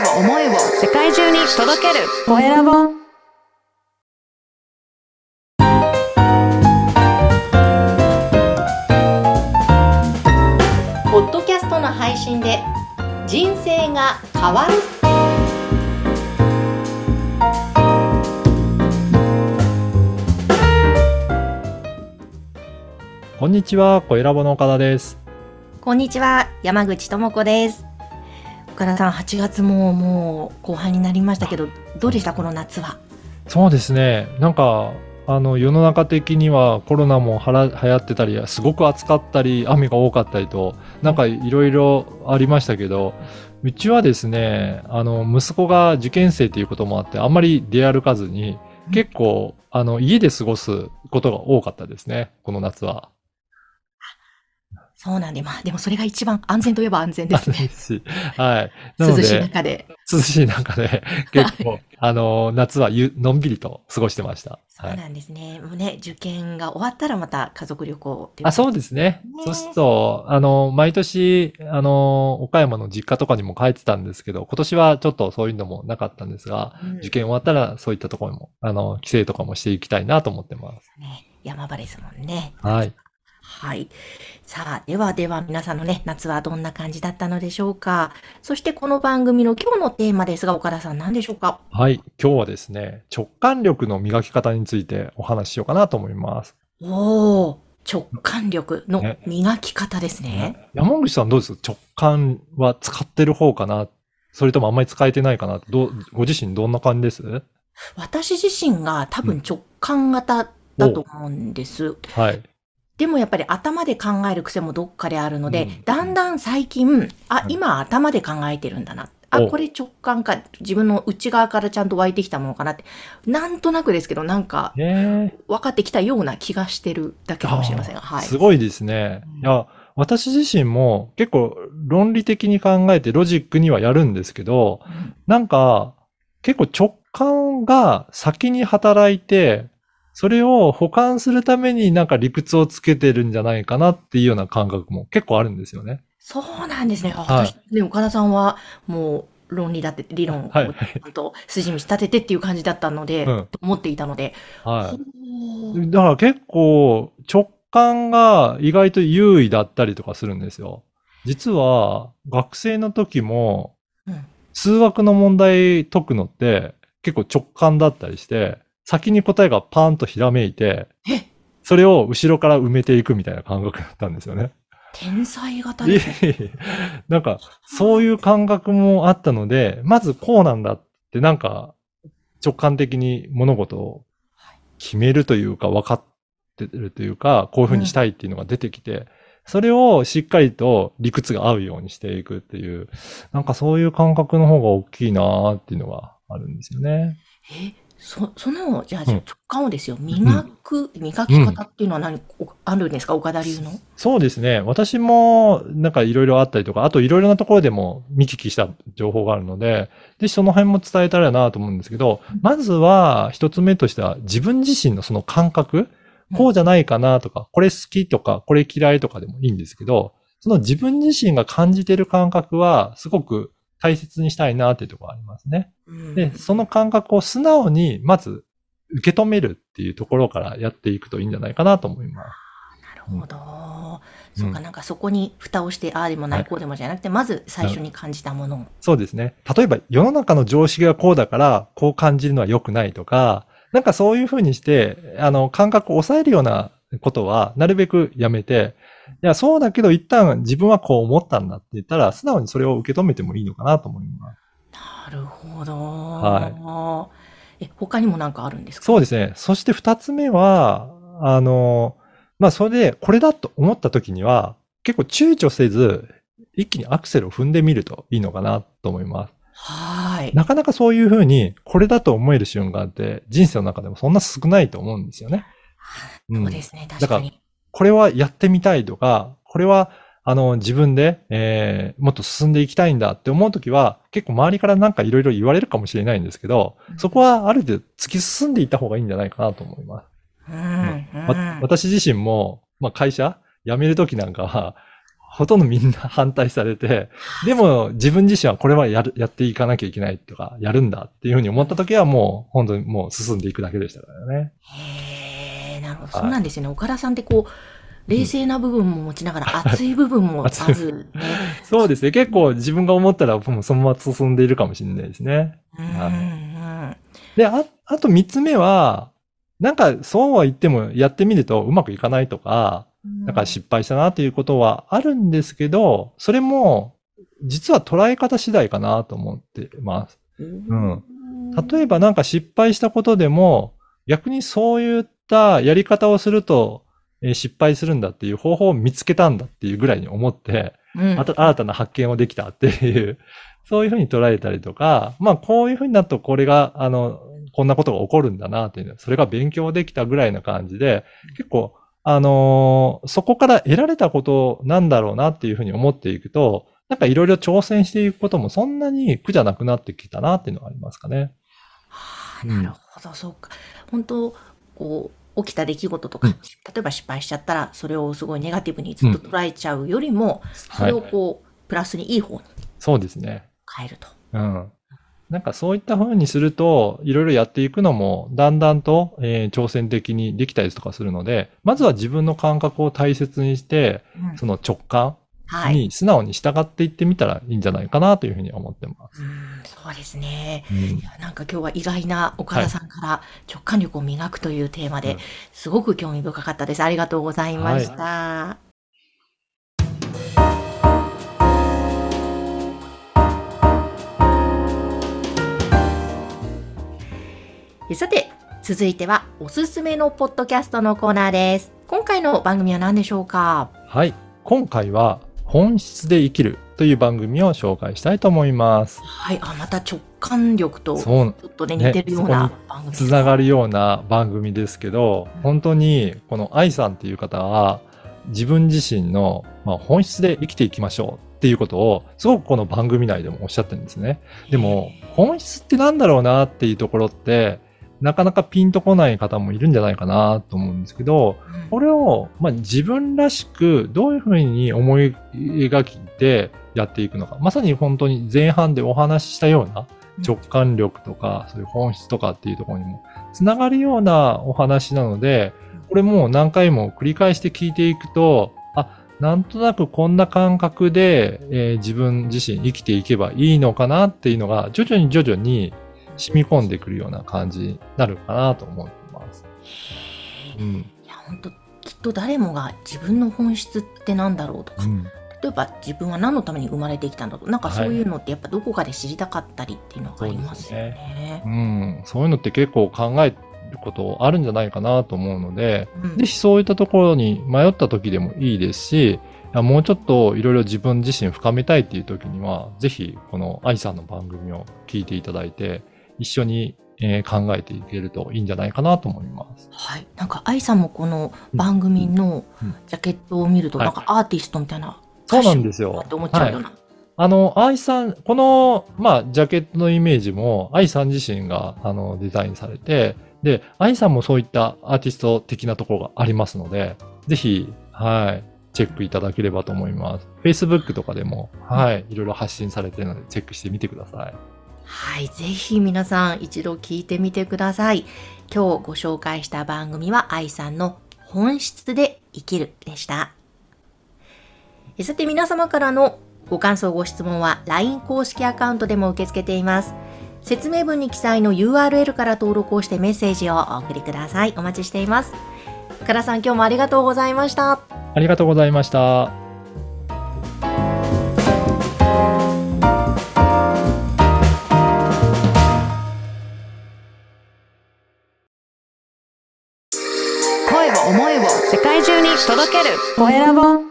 を思いを世界中に届けるコエラボ。ポッドキャストの配信で人生が変わる。 こんにちは、コエラボの岡田です。 こんにちは、山口智子です。岡田さん、8月もう後半になりましたけど、どうでしたこの夏は？ そうですね、なんか世の中的にはコロナも流行ってたり、すごく暑かったり雨が多かったりと、なんかいろいろありましたけど、うちはですね、息子が受験生ということもあって、あんまり出歩かずに、結構家で過ごすことが多かったですね、この夏は。 そうなんで、でもそれが一番安全といえば安全ですね。 はい。なので、 涼しい中で。 結構、夏はのんびりと過ごしてました。 そうなんですね。もうね、受験が終わったらまた家族旅行っていう。 そうですね。そうすると、毎年、岡山の実家とかにも帰ってたんですけど、今年はちょっとそういうのもなかったんですが、受験終わったらそういったところも、帰省とかもしていきたいなと思ってます。 ね、山場ですもんね。 はい。 はい。さあ、では皆さんのね、夏はどんな感じだったのでしょうか。そしてこの番組の今日のテーマですが、岡田さん何でしょうか？ はい。今日はですね、直感力の磨き方についてお話ししようかなと思います。 おー、直感力の磨き方ですね。 山口さんどうです？直感は使ってる方かな？それともあんまり使えてないかな？ご自身どんな感じです？ 私自身が多分直感型だと思うんです。 はい。 でもやっぱり頭で考える癖もどっかであるので、だんだん最近、今頭で考えてるんだな。これ直感か、自分の内側からちゃんと湧いてきたものかなって、なんとなくですけど、なんか、分かってきたような気がしてるだけかもしれませんが、はい。 すごいですね。いや、私自身も結構論理的に考えてロジックにはやるんですけど、なんか、結構直感が先に働いて、それを補完するためになんか理屈をつけてるんじゃないかなっていうような感覚も結構あるんですよね。 そうなんですね。私ね、岡田さんはもう論理だって理論をちゃんと筋道立ててっていう感じだったので、と思っていたので。 はい。だから結構直感が意外と優位だったりとかするんですよ。実は学生の時も、数学の問題解くのって結構直感だったりして、先に答えがパーンとひらめいて、それを後ろから埋めていくみたいな感覚だったんですよね。 天才型ですね。 なんか、そういう感覚もあったので、まずこうなんだってなんか直感的に物事を決めるというか分かってるというか、こういうふうにしたいっていうのが出てきて、それをしっかりと理屈が合うようにしていくっていう、なんかそういう感覚の方が大きいなーっていうのがあるんですよね。 じゃあ直感をですよ、磨き方っていうのはあるんですか？岡田流の。 そうですね。私もなんかいろいろあったりとか、あといろいろなところでも見聞きした情報があるので、ぜひその辺も伝えたらなと思うんですけど、まずは一つ目としては自分自身のその感覚、こうじゃないかなとか、これ好きとか、これ嫌いとかでもいいんですけど、その自分自身が感じている感覚はすごく大切にしたいなっていうところがありますね。で、その感覚を素直にまず受け止めるっていうところからやっていくといいんじゃないかなと思います。 なるほど。そうか、なんかそこに蓋をして、ああでもない、こうでもじゃなくて、まず最初に感じたものを。 そうですね。例えば世の中の常識がこうだから、こう感じるのは良くないとか、なんかそういうふうにして、感覚を抑えるようなことは、なるべくやめて、いや、そうだけど一旦自分はこう思ったんだって言ったら、素直にそれを受け止めてもいいのかなと思います。 なるほど。他にも何かあるんですか？ そうですね。そして二つ目は、それでこれだと思った時には、結構躊躇せず、一気にアクセルを踏んでみるといいのかなと思います。 はい。 なかなかそういうふうに、これだと思える瞬間って人生の中でもそんな少ないと思うんですよね。 そうですね、確かに。 だから、これはやってみたいとか、これは、自分で、もっと進んでいきたいんだって思うときは、結構周りからなんかいろいろ言われるかもしれないんですけど、そこはある程度突き進んでいった方がいいんじゃないかなと思います。私自身も、会社辞めるときなんかは、 ほとんどみんな反対されて、でも自分自身はこれはやっていかなきゃいけないとか、やるんだっていうふうに思った時はもう本当にもう進んでいくだけでしたからね。 へー、なるほど。そうなんですよね。岡田さんってこう、冷静な部分も持ちながら熱い部分もまずね。 そうですね。結構自分が思ったらもうそのまま進んでいるかもしれないですね。で、あと3つ目は、なんかそうは言ってもやってみるとうまくいかないとか、なんか失敗したなっていうことはあるんですけど、それも実は捉え方次第かなと思ってます。例えばなんか失敗したことでも、逆にそういったやり方をすると失敗するんだっていう方法を見つけたんだっていうぐらいに思って、新たな発見をできたっていう、そういうふうに捉えたりとか、まあこういうふうになるとこれが、こんなことが起こるんだなっていうのは、それが勉強できたぐらいな感じで、結構、そこから得られたことなんだろうなっていうふうに思っていくと、なんかいろいろ挑戦していくこともそんなに苦じゃなくなってきたなっていうのがありますかね。 なるほど、そうか。本当こう、起きた出来事とか、例えば失敗しちゃったら、それをすごいネガティブにずっと捉えちゃうよりも、それをこう、プラスにいい方に。 そうですね。 変えると。 なんかそういった風にすると、いろいろやっていくのも、だんだんと、挑戦的にできたりとかするので、まずは自分の感覚を大切にして、その直感に素直に従っていってみたらいいんじゃないかなというふうに思ってます。 そうですね。なんか今日は意外な岡田さんから直感力を磨くというテーマで、すごく興味深かったです。ありがとうございました。さて、続いてはおすすめのポッドキャストのコーナーです。今回の番組は何でしょうか？ はい。今回は本質で生きるという番組を紹介したいと思います。 はい。また直感力とちょっとね、似てるような番組です。 つながるような番組ですけど、本当にこの愛さんっていう方は自分自身の本質で生きていきましょうっていうことをすごくこの番組内でもおっしゃってるんですね。でも本質ってなんだろうなっていうところってなかなかピンとこない方もいるんじゃないかなと思うんですけど、これを自分らしくどういうふうに思い描いてやっていくのか。まさに本当に前半でお話ししたような直感力とか、そういう本質とかっていうところにもつながるようなお話なので、これも何回も繰り返して聞いていくと、なんとなくこんな感覚で、自分自身生きていけばいいのかなっていうのが徐々に染み込んでくるような感じになるかなと思ってます。 いや、本当きっと誰もが自分の本質ってなんだろうとか、例えば自分は何のために生まれてきたんだとか、なんかそういうのってやっぱどこかで知りたかったりっていうのがありますよね。 そういうのって結構考えることあるんじゃないかなと思うので、ぜひそういったところに迷った時でもいいですし、もうちょっといろいろ自分自身深めたいっていう時には、ぜひこの愛さんの番組を聞いていただいて、一緒に考えていけるといいんじゃないかなと思います。 はい。なんか愛さんもこの番組のジャケットを見ると、なんかアーティストみたいな、 そうなんですよ。 って思っちゃうような。 愛さん、この、ジャケットのイメージも、愛さん自身が、デザインされて、で、愛さんもそういったアーティスト的なところがありますので、ぜひ、チェックいただければと思います。Facebook とかでも、いろいろ発信されているので、チェックしてみてください。 はい。ぜひ皆さん一度聞いてみてください。今日ご紹介した番組は愛さんの本質で生きるでした。さて皆様からのご感想ご質問は LINE 公式アカウントでも受け付けています。説明文に記載の URL から登録をしてメッセージをお送りください。お待ちしています。岡田さん、今日もありがとうございました。 ありがとうございました。 声を思いを世界中に届けるコエラボ。